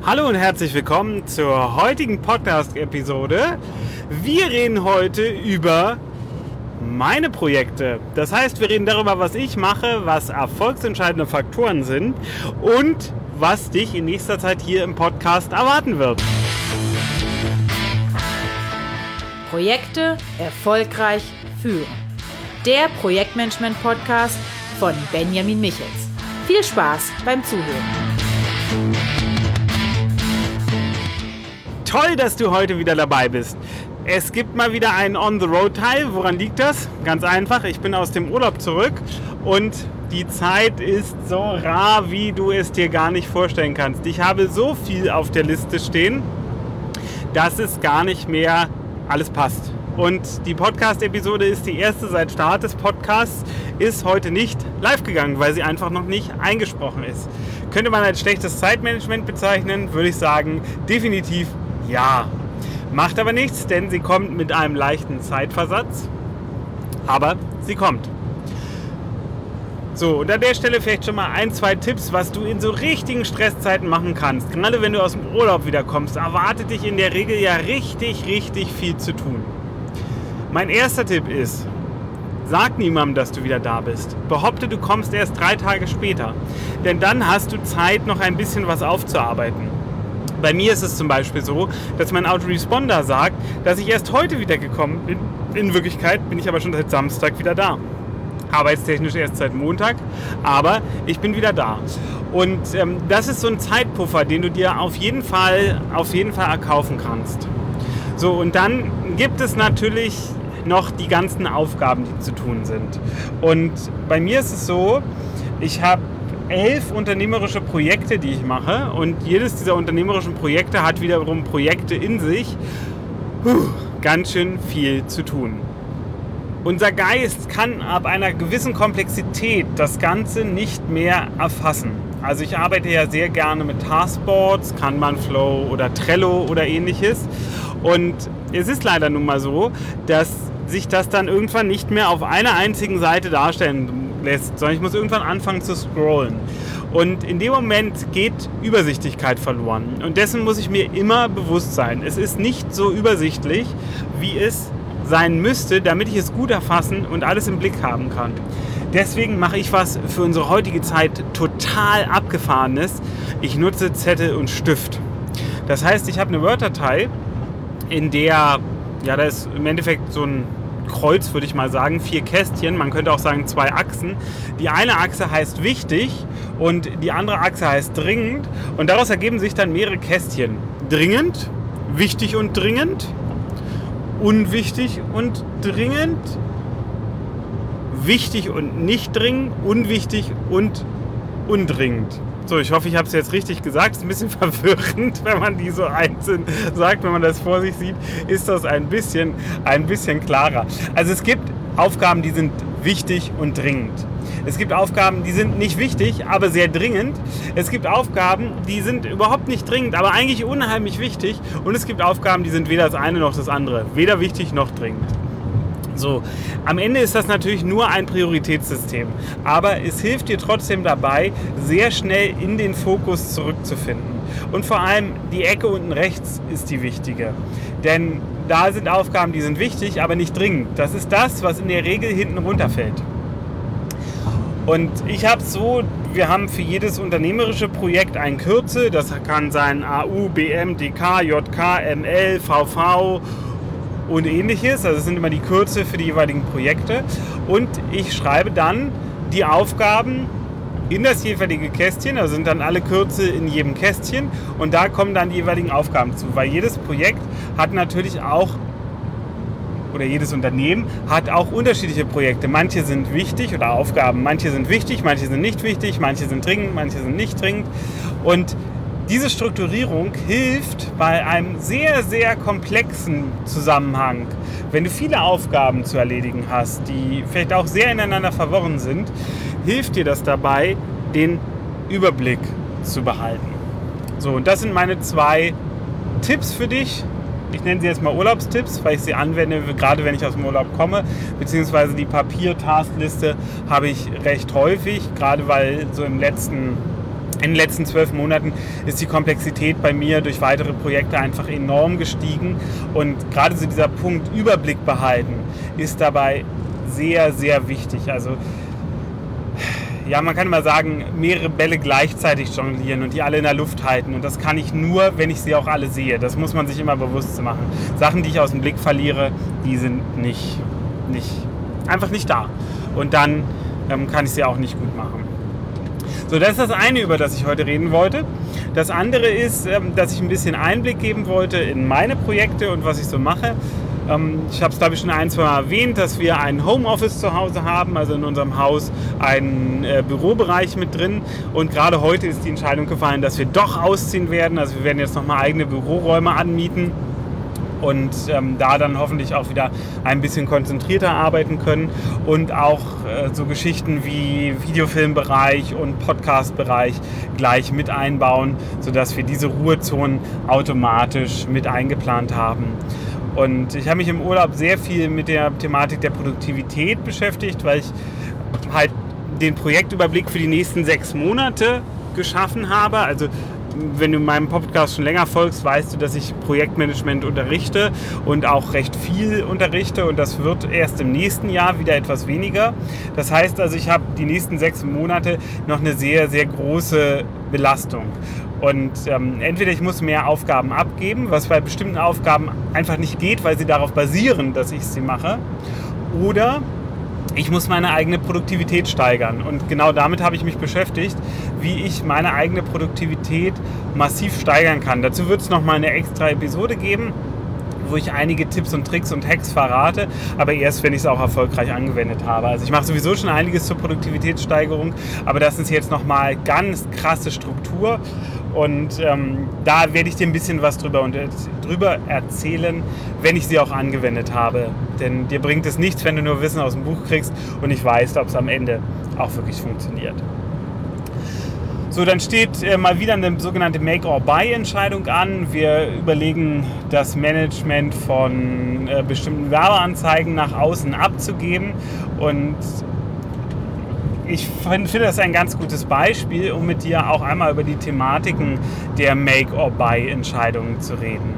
Hallo und herzlich willkommen zur heutigen Podcast-Episode. Wir reden heute über meine Projekte. Das heißt, wir reden darüber, was ich mache, was erfolgsentscheidende Faktoren sind und was dich in nächster Zeit hier im Podcast erwarten wird. Projekte erfolgreich führen. Der Projektmanagement-Podcast von Benjamin Michels. Viel Spaß beim Zuhören. Toll, dass du heute wieder dabei bist. Es gibt mal wieder einen On-the-Road-Teil. Woran liegt das? Ganz einfach, ich bin aus dem Urlaub zurück und die Zeit ist so rar, wie du es dir gar nicht vorstellen kannst. Ich habe so viel auf der Liste stehen, dass es gar nicht mehr alles passt. Und die Podcast-Episode ist die erste seit Start des Podcasts, ist heute nicht live gegangen, weil sie einfach noch nicht eingesprochen ist. Könnte man als schlechtes Zeitmanagement bezeichnen, würde ich sagen, definitiv ja. Macht aber nichts, denn sie kommt mit einem leichten Zeitversatz, aber sie kommt. So, und an der Stelle vielleicht schon mal 1-2 Tipps, was du in so richtigen Stresszeiten machen kannst. Gerade wenn du aus dem Urlaub wiederkommst, erwartet dich in der Regel ja richtig viel zu tun. Mein erster Tipp ist, sag niemandem, dass du wieder da bist. Behaupte, du kommst erst 3 Tage später. Denn dann hast du Zeit, noch ein bisschen was aufzuarbeiten. Bei mir ist es zum Beispiel so, dass mein Autoresponder sagt, dass ich erst heute wieder gekommen bin. In Wirklichkeit bin ich aber schon seit Samstag wieder da. Arbeitstechnisch erst seit Montag, aber ich bin wieder da. Und das ist so ein Zeitpuffer, den du dir auf jeden Fall erkaufen kannst. So, und dann gibt es natürlich noch die ganzen Aufgaben, die zu tun sind. Und bei mir ist es so, ich habe 11 unternehmerische Projekte, die ich mache, und jedes dieser unternehmerischen Projekte hat wiederum Projekte in sich. Ganz schön viel zu tun. Unser Geist kann ab einer gewissen Komplexität das Ganze nicht mehr erfassen. Also ich arbeite ja sehr gerne mit Taskboards, Kanban-Flow oder Trello oder ähnliches. Und es ist leider nun mal so, dass sich das dann irgendwann nicht mehr auf einer einzigen Seite darstellen lässt, sondern ich muss irgendwann anfangen zu scrollen. Und in dem Moment geht Übersichtlichkeit verloren. Und dessen muss ich mir immer bewusst sein. Es ist nicht so übersichtlich, wie es sein müsste, damit ich es gut erfassen und alles im Blick haben kann. Deswegen mache ich was für unsere heutige Zeit total Abgefahrenes. Ich nutze Zettel und Stift. Das heißt, ich habe eine Word-Datei, in der, ja, da ist im Endeffekt so ein Kreuz, würde ich mal sagen, 4 Kästchen, man könnte auch sagen 2 Achsen. Die eine Achse heißt wichtig und die andere Achse heißt dringend und daraus ergeben sich dann mehrere Kästchen. Dringend, wichtig und dringend, unwichtig und dringend, wichtig und nicht dringend, unwichtig und undringend. So, ich hoffe, ich habe es jetzt richtig gesagt. Es ist ein bisschen verwirrend, wenn man die so einzeln sagt. Wenn man das vor sich sieht, ist das ein bisschen klarer. Also es gibt Aufgaben, die sind wichtig und dringend. Es gibt Aufgaben, die sind nicht wichtig, aber sehr dringend. Es gibt Aufgaben, die sind überhaupt nicht dringend, aber eigentlich unheimlich wichtig. Und es gibt Aufgaben, die sind weder das eine noch das andere. Weder wichtig noch dringend. So, am Ende ist das natürlich nur ein Prioritätssystem, aber es hilft dir trotzdem dabei, sehr schnell in den Fokus zurückzufinden. Und vor allem die Ecke unten rechts ist die wichtige, denn da sind Aufgaben, die sind wichtig, aber nicht dringend. Das ist das, was in der Regel hinten runterfällt. Und ich habe so, wir haben für jedes unternehmerische Projekt ein Kürzel, das kann sein AU, BM, DK, JK, ML, VV und ähnliches, also es sind immer die Kürzel für die jeweiligen Projekte und ich schreibe dann die Aufgaben in das jeweilige Kästchen, also sind dann alle Kürzel in jedem Kästchen und da kommen dann die jeweiligen Aufgaben zu, weil jedes Projekt hat natürlich auch, oder jedes Unternehmen hat auch unterschiedliche Projekte. Manche sind wichtig oder Aufgaben, manche sind wichtig, manche sind nicht wichtig, manche sind dringend, manche sind nicht dringend und diese Strukturierung hilft bei einem sehr komplexen Zusammenhang. Wenn du viele Aufgaben zu erledigen hast, die vielleicht auch sehr ineinander verworren sind, hilft dir das dabei, den Überblick zu behalten. So, und das sind meine 2 Tipps für dich. Ich nenne sie jetzt mal Urlaubstipps, weil ich sie anwende, gerade wenn ich aus dem Urlaub komme, beziehungsweise die Papier-Taskliste habe ich recht häufig, gerade weil so im letzten In den letzten 12 Monaten ist die Komplexität bei mir durch weitere Projekte einfach enorm gestiegen und gerade so dieser Punkt Überblick behalten ist dabei sehr, sehr wichtig. Also ja, man kann immer sagen, mehrere Bälle gleichzeitig jonglieren und die alle in der Luft halten und das kann ich nur, wenn ich sie auch alle sehe. Das muss man sich immer bewusst machen. Sachen, die ich aus dem Blick verliere, die sind einfach nicht da und dann kann ich sie auch nicht gut machen. So, das ist das eine, über das ich heute reden wollte. Das andere ist, dass ich ein bisschen Einblick geben wollte in meine Projekte und was ich so mache. Ich habe es, glaube ich, schon ein, zwei Mal erwähnt, dass wir ein Homeoffice zu Hause haben, also in unserem Haus einen Bürobereich mit drin. Und gerade heute ist die Entscheidung gefallen, dass wir doch ausziehen werden. Also wir werden jetzt nochmal eigene Büroräume anmieten und da dann hoffentlich auch wieder ein bisschen konzentrierter arbeiten können und auch so Geschichten wie Videofilmbereich und Podcastbereich gleich mit einbauen, sodass wir diese Ruhezonen automatisch mit eingeplant haben. Und ich habe mich im Urlaub sehr viel mit der Thematik der Produktivität beschäftigt, weil ich halt den Projektüberblick für die nächsten 6 Monate geschaffen habe. Also wenn du meinem Podcast schon länger folgst, weißt du, dass ich Projektmanagement unterrichte und auch recht viel unterrichte und das wird erst im nächsten Jahr wieder etwas weniger. Das heißt also, ich habe die nächsten 6 Monate noch eine sehr, sehr große Belastung. Und entweder ich muss mehr Aufgaben abgeben, was bei bestimmten Aufgaben einfach nicht geht, weil sie darauf basieren, dass ich sie mache, oder ich muss meine eigene Produktivität steigern. Und genau damit habe ich mich beschäftigt, wie ich meine eigene Produktivität massiv steigern kann. Dazu wird es nochmal eine extra Episode geben, wo ich einige Tipps und Tricks und Hacks verrate, aber erst, wenn ich es auch erfolgreich angewendet habe. Also ich mache sowieso schon einiges zur Produktivitätssteigerung, aber das ist jetzt nochmal ganz krasse Struktur und da werde ich dir ein bisschen was drüber erzählen, wenn ich sie auch angewendet habe. Denn dir bringt es nichts, wenn du nur Wissen aus dem Buch kriegst und nicht weißt, ob es am Ende auch wirklich funktioniert. So, dann steht mal wieder eine sogenannte Make-or-Buy-Entscheidung an. Wir überlegen, das Management von bestimmten Werbeanzeigen nach außen abzugeben. Und ich finde das ein ganz gutes Beispiel, um mit dir auch einmal über die Thematiken der Make-or-Buy-Entscheidungen zu reden.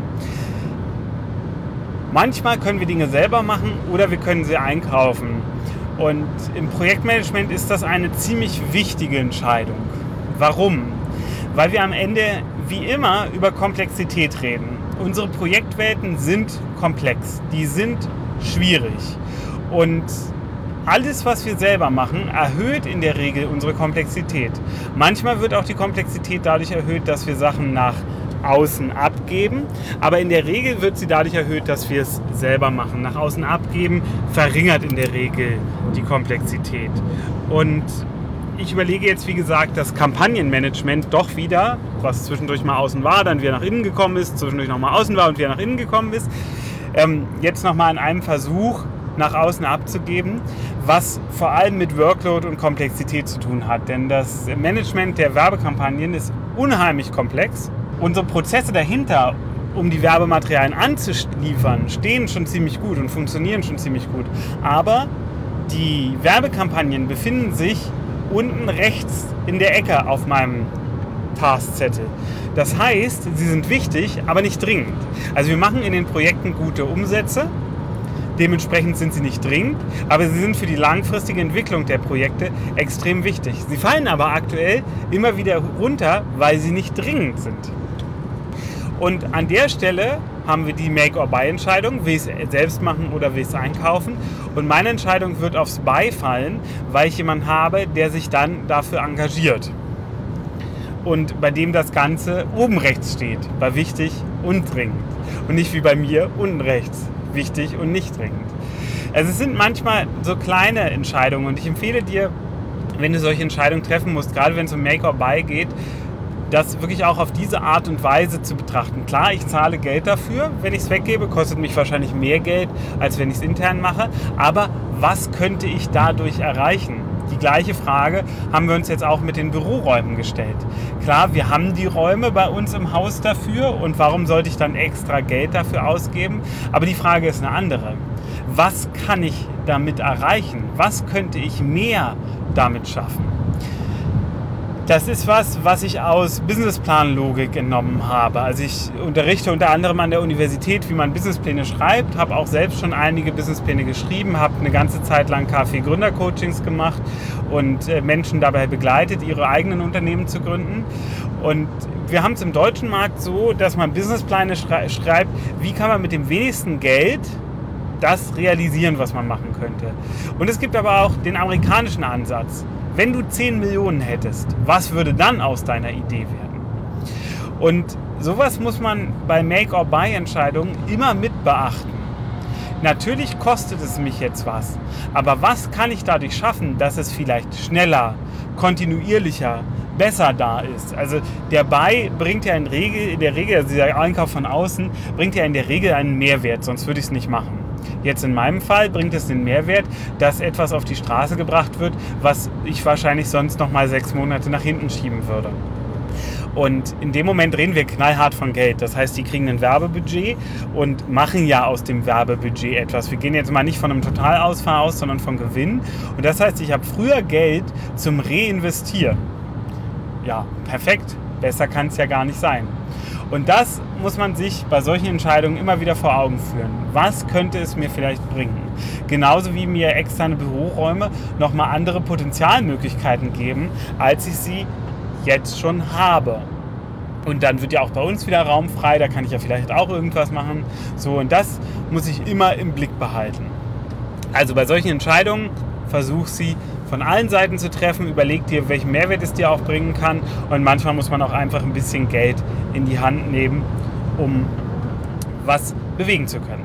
Manchmal können wir Dinge selber machen oder wir können sie einkaufen. Und im Projektmanagement ist das eine ziemlich wichtige Entscheidung. Warum? Weil wir am Ende wie immer über Komplexität reden. Unsere Projektwelten sind komplex, die sind schwierig und alles, was wir selber machen, erhöht in der Regel unsere Komplexität. Manchmal wird auch die Komplexität dadurch erhöht, dass wir Sachen nach außen abgeben, aber in der Regel wird sie dadurch erhöht, dass wir es selber machen. Nach außen abgeben verringert in der Regel die Komplexität. Und ich überlege jetzt, wie gesagt, das Kampagnenmanagement doch wieder, was zwischendurch mal außen war, dann wieder nach innen gekommen ist, zwischendurch nochmal außen war und wieder nach innen gekommen ist, jetzt nochmal in einem Versuch nach außen abzugeben, was vor allem mit Workload und Komplexität zu tun hat. Denn das Management der Werbekampagnen ist unheimlich komplex. Unsere Prozesse dahinter, um die Werbematerialien anzuliefern, stehen schon ziemlich gut und funktionieren schon ziemlich gut. Aber die Werbekampagnen befinden sich unten rechts in der Ecke auf meinem Taskzettel. Das heißt, sie sind wichtig, aber nicht dringend. Also wir machen in den Projekten gute Umsätze, dementsprechend sind sie nicht dringend, aber sie sind für die langfristige Entwicklung der Projekte extrem wichtig. Sie fallen aber aktuell immer wieder runter, weil sie nicht dringend sind. Und an der Stelle haben wir die Make-or-Buy-Entscheidung, will ich es selbst machen oder will ich es einkaufen. Und meine Entscheidung wird aufs Buy fallen, weil ich jemanden habe, der sich dann dafür engagiert. Und bei dem das Ganze oben rechts steht, bei wichtig und dringend. Und nicht wie bei mir unten rechts, wichtig und nicht dringend. Also es sind manchmal so kleine Entscheidungen und ich empfehle dir, wenn du solche Entscheidungen treffen musst, gerade wenn es um Make-or-Buy geht, das wirklich auch auf diese Art und Weise zu betrachten. Klar, ich zahle Geld dafür, wenn ich es weggebe, kostet mich wahrscheinlich mehr Geld, als wenn ich es intern mache. Aber was könnte ich dadurch erreichen? Die gleiche Frage haben wir uns jetzt auch mit den Büroräumen gestellt. Klar, wir haben die Räume bei uns im Haus dafür und warum sollte ich dann extra Geld dafür ausgeben? Aber die Frage ist eine andere. Was kann ich damit erreichen? Was könnte ich mehr damit schaffen? Das ist was ich aus Businessplan-Logik entnommen habe. Also ich unterrichte unter anderem an der Universität, wie man Businesspläne schreibt, habe auch selbst schon einige Businesspläne geschrieben, habe eine ganze Zeit lang KfW-Gründercoachings gemacht und Menschen dabei begleitet, ihre eigenen Unternehmen zu gründen. Und wir haben es im deutschen Markt so, dass man Businesspläne schreibt, wie kann man mit dem wenigsten Geld das realisieren, was man machen könnte. Und es gibt aber auch den amerikanischen Ansatz. Wenn du 10 Millionen hättest, was würde dann aus deiner Idee werden? Und sowas muss man bei Make-or-Buy-Entscheidungen immer mit beachten. Natürlich kostet es mich jetzt was, aber was kann ich dadurch schaffen, dass es vielleicht schneller, kontinuierlicher, besser da ist? Also der Buy bringt ja in der Regel, also dieser Einkauf von außen, bringt ja in der Regel einen Mehrwert, sonst würde ich es nicht machen. Jetzt in meinem Fall bringt es den Mehrwert, dass etwas auf die Straße gebracht wird, was ich wahrscheinlich sonst noch mal 6 Monate nach hinten schieben würde. Und in dem Moment reden wir knallhart von Geld. Das heißt, die kriegen ein Werbebudget und machen ja aus dem Werbebudget etwas. Wir gehen jetzt mal nicht von einem Totalausfall aus, sondern von Gewinn. Und das heißt, ich habe früher Geld zum Reinvestieren. Ja, perfekt. Besser kann es ja gar nicht sein. Und das muss man sich bei solchen Entscheidungen immer wieder vor Augen führen. Was könnte es mir vielleicht bringen? Genauso wie mir externe Büroräume nochmal andere Potenzialmöglichkeiten geben, als ich sie jetzt schon habe. Und dann wird ja auch bei uns wieder Raum frei, da kann ich ja vielleicht auch irgendwas machen. So, und das muss ich immer im Blick behalten. Also bei solchen Entscheidungen versuch sie von allen Seiten zu treffen, überleg dir, welchen Mehrwert es dir auch bringen kann, und manchmal muss man auch einfach ein bisschen Geld in die Hand nehmen, um was bewegen zu können.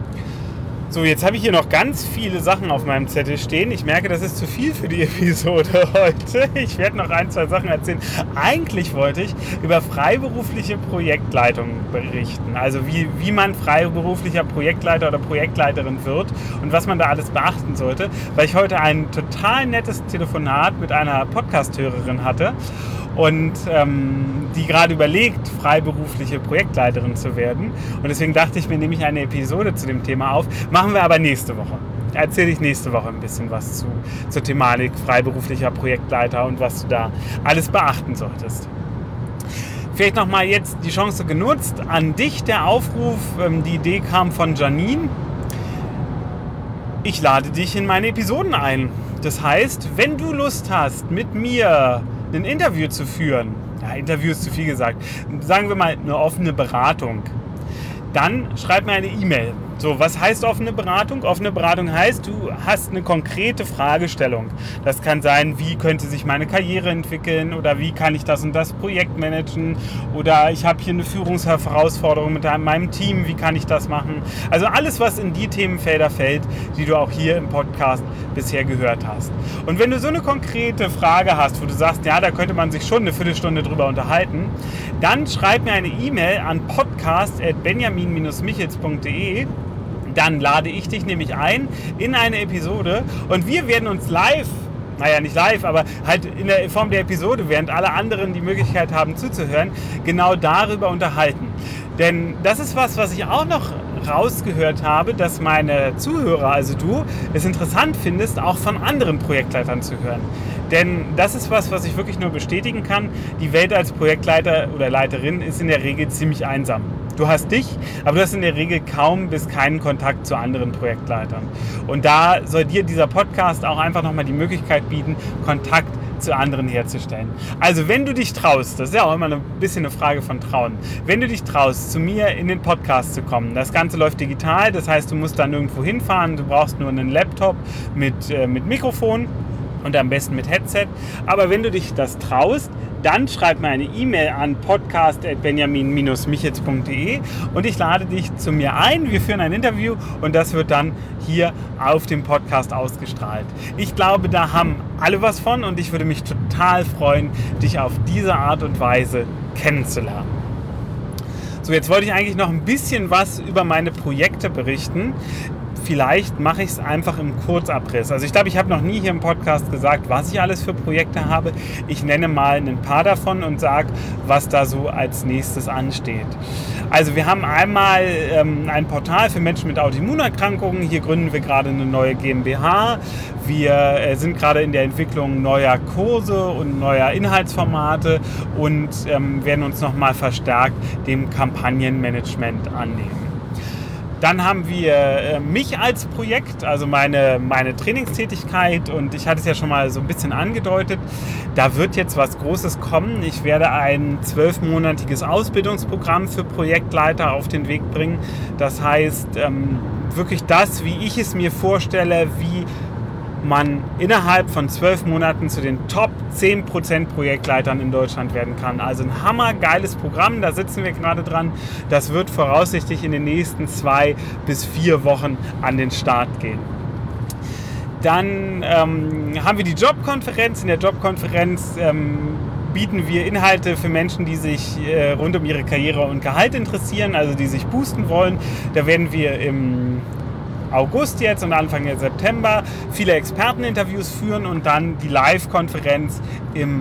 So, jetzt habe ich hier noch ganz viele Sachen auf meinem Zettel stehen. Ich merke, das ist zu viel für die Episode heute. Ich werde noch 1, 2 Sachen erzählen. Eigentlich wollte ich über freiberufliche Projektleitung berichten. Also wie man freiberuflicher Projektleiter oder Projektleiterin wird und was man da alles beachten sollte. Weil ich heute ein total nettes Telefonat mit einer Podcast-Hörerin hatte. Und die gerade überlegt, freiberufliche Projektleiterin zu werden. Und deswegen dachte ich mir, nehme ich eine Episode zu dem Thema auf. Machen wir aber nächste Woche. Erzähle ich nächste Woche ein bisschen was zur Thematik freiberuflicher Projektleiter und was du da alles beachten solltest. Vielleicht nochmal jetzt die Chance genutzt, an dich der Aufruf. Die Idee kam von Janine. Ich lade dich in meine Episoden ein. Das heißt, wenn du Lust hast, mit mir ein Interview zu führen, ja, Interview ist zu viel gesagt, sagen wir mal eine offene Beratung, dann schreib mir eine E-Mail. So, was heißt offene Beratung? Offene Beratung heißt, du hast eine konkrete Fragestellung. Das kann sein, wie könnte sich meine Karriere entwickeln oder wie kann ich das und das Projekt managen oder ich habe hier eine Führungsherausforderung mit meinem Team, wie kann ich das machen? Also alles, was in die Themenfelder fällt, die du auch hier im Podcast bisher gehört hast. Und wenn du so eine konkrete Frage hast, wo du sagst, ja, da könnte man sich schon eine Viertelstunde drüber unterhalten, dann schreib mir eine E-Mail an podcast@benjamin-michels.de. Dann lade ich dich nämlich ein in eine Episode und wir werden uns live, naja nicht live, aber halt in der Form der Episode, während alle anderen die Möglichkeit haben zuzuhören, genau darüber unterhalten. Denn das ist was ich auch noch rausgehört habe, dass meine Zuhörer, also du, es interessant findest, auch von anderen Projektleitern zu hören. Denn das ist was ich wirklich nur bestätigen kann. Die Welt als Projektleiter oder Leiterin ist in der Regel ziemlich einsam. Du hast dich, aber du hast in der Regel kaum bis keinen Kontakt zu anderen Projektleitern. Und da soll dir dieser Podcast auch einfach nochmal die Möglichkeit bieten, Kontakt zu anderen herzustellen. Also wenn du dich traust, das ist ja auch immer ein bisschen eine Frage von Trauen, wenn du dich traust, zu mir in den Podcast zu kommen, das Ganze läuft digital, das heißt, du musst dann nirgendwo hinfahren, du brauchst nur einen Laptop mit Mikrofon und am besten mit Headset. Aber wenn du dich das traust, dann schreib mir eine E-Mail an podcast@benjamin-michels.de und ich lade dich zu mir ein. Wir führen ein Interview und das wird dann hier auf dem Podcast ausgestrahlt. Ich glaube, da haben alle was von und ich würde mich total freuen, dich auf diese Art und Weise kennenzulernen. So, jetzt wollte ich eigentlich noch ein bisschen was über meine Projekte berichten. vielleicht mache ich es einfach im Kurzabriss. Also ich glaube, ich habe noch nie hier im Podcast gesagt, was ich alles für Projekte habe. Ich nenne mal ein paar davon und sage, was da so als nächstes ansteht. Also wir haben einmal ein Portal für Menschen mit Autoimmunerkrankungen. Hier gründen wir gerade eine neue GmbH. Wir sind gerade in der Entwicklung neuer Kurse und neuer Inhaltsformate und werden uns nochmal verstärkt dem Kampagnenmanagement annehmen. Dann haben wir mich als Projekt, also meine Trainingstätigkeit, und ich hatte es ja schon mal so ein bisschen angedeutet, da wird jetzt was Großes kommen. Ich werde ein 12-monatiges Ausbildungsprogramm für Projektleiter auf den Weg bringen. Das heißt, wirklich das, wie ich es mir vorstelle, wie man innerhalb von 12 Monaten zu den Top 10% Projektleitern in Deutschland werden kann. Also ein hammergeiles Programm, da sitzen wir gerade dran. Das wird voraussichtlich in den nächsten 2 bis 4 Wochen an den Start gehen. Dann haben wir die Jobkonferenz. In der Jobkonferenz bieten wir Inhalte für Menschen, die sich rund um ihre Karriere und Gehalt interessieren, also die sich boosten wollen. Da werden wir im August jetzt und Anfang September viele Experteninterviews führen und dann die Live-Konferenz im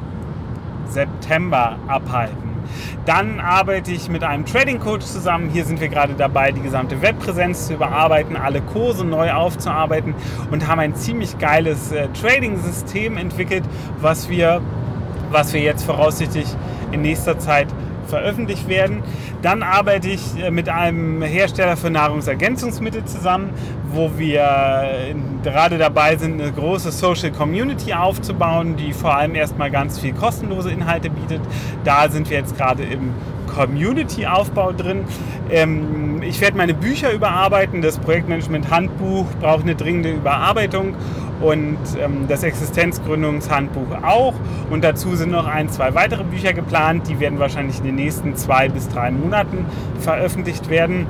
September abhalten. Dann arbeite ich mit einem Trading-Coach zusammen. Hier sind wir gerade dabei, die gesamte Webpräsenz zu überarbeiten, alle Kurse neu aufzuarbeiten und haben ein ziemlich geiles Trading-System entwickelt, was wir jetzt voraussichtlich in nächster Zeit veröffentlicht werden. Dann arbeite ich mit einem Hersteller für Nahrungsergänzungsmittel zusammen, wo wir gerade dabei sind, eine große Social Community aufzubauen, die vor allem erstmal ganz viel kostenlose Inhalte bietet. Da sind wir jetzt gerade im Community-Aufbau drin. Ich werde meine Bücher überarbeiten. Das Projektmanagement-Handbuch braucht eine dringende Überarbeitung und das Existenzgründungshandbuch auch. Und dazu sind noch 1-2 weitere Bücher geplant. Die werden wahrscheinlich in den nächsten 2 bis 3 Monaten veröffentlicht werden.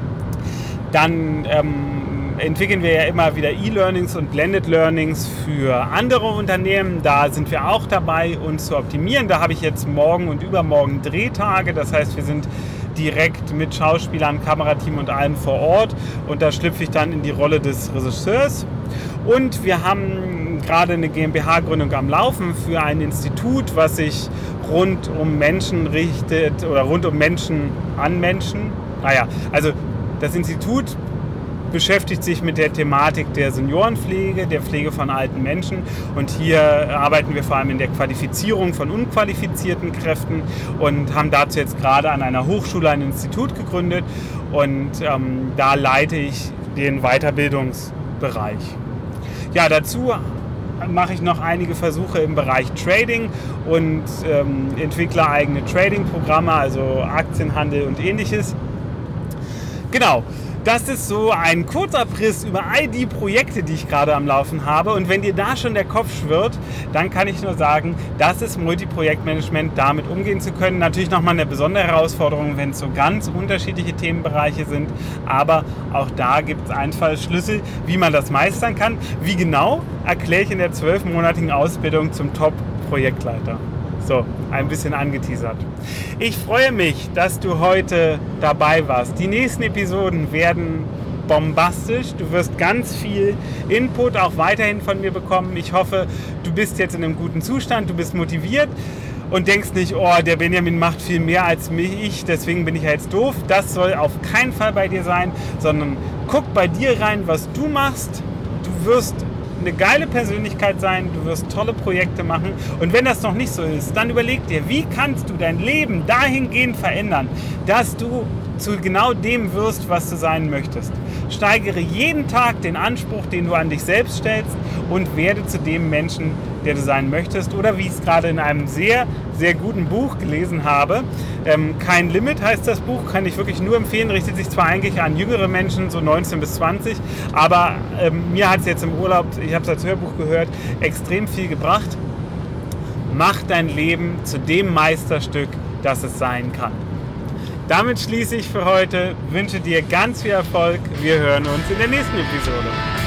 Dann entwickeln wir ja immer wieder E-Learnings und Blended Learnings für andere Unternehmen. Da sind wir auch dabei, uns zu optimieren. Da habe ich jetzt morgen und übermorgen Drehtage. Das heißt, wir sind direkt mit Schauspielern, Kamerateam und allem vor Ort. Und da schlüpfe ich dann in die Rolle des Regisseurs. Und wir haben gerade eine GmbH-Gründung am Laufen für ein Institut, was sich rund um Menschen richtet oder rund um Menschen an Menschen. Naja, also das Institut beschäftigt sich mit der Thematik der Seniorenpflege, der Pflege von alten Menschen. Und hier arbeiten wir vor allem in der Qualifizierung von unqualifizierten Kräften und haben dazu jetzt gerade an einer Hochschule ein Institut gegründet. Und da leite ich den Weiterbildungsbereich. Ja, dazu mache ich noch einige Versuche im Bereich Trading und entwickle eigene Trading-Programme, also Aktienhandel und ähnliches. Genau. Das ist so ein Kurzabriss über all die Projekte, die ich gerade am Laufen habe. Und wenn dir da schon der Kopf schwirrt, dann kann ich nur sagen, das ist Multiprojektmanagement, damit umgehen zu können. Natürlich nochmal eine besondere Herausforderung, wenn es so ganz unterschiedliche Themenbereiche sind. Aber auch da gibt es Einfallsschlüssel, wie man das meistern kann. Wie genau, erkläre ich in der 12-monatigen Ausbildung zum Top-Projektleiter. So, ein bisschen angeteasert. Ich freue mich, dass du heute dabei warst. Die nächsten Episoden werden bombastisch. Du wirst ganz viel Input auch weiterhin von mir bekommen. Ich hoffe, du bist jetzt in einem guten Zustand, du bist motiviert und denkst nicht, oh, der Benjamin macht viel mehr als ich, deswegen bin ich ja jetzt doof. Das soll auf keinen Fall bei dir sein, sondern guck bei dir rein, was du machst. Du wirst eine geile Persönlichkeit sein, du wirst tolle Projekte machen und wenn das noch nicht so ist, dann überleg dir, wie kannst du dein Leben dahingehend verändern, dass du zu genau dem wirst, was du sein möchtest. Steigere jeden Tag den Anspruch, den du an dich selbst stellst und werde zu dem Menschen, der du sein möchtest. Oder wie ich es gerade in einem sehr, sehr guten Buch gelesen habe. Kein Limit heißt das Buch, kann ich wirklich nur empfehlen. Richtet sich zwar eigentlich an jüngere Menschen, so 19 bis 20, aber mir hat es jetzt im Urlaub, ich habe es als Hörbuch gehört, extrem viel gebracht. Mach dein Leben zu dem Meisterstück, das es sein kann. Damit schließe ich für heute, wünsche dir ganz viel Erfolg. Wir hören uns in der nächsten Episode.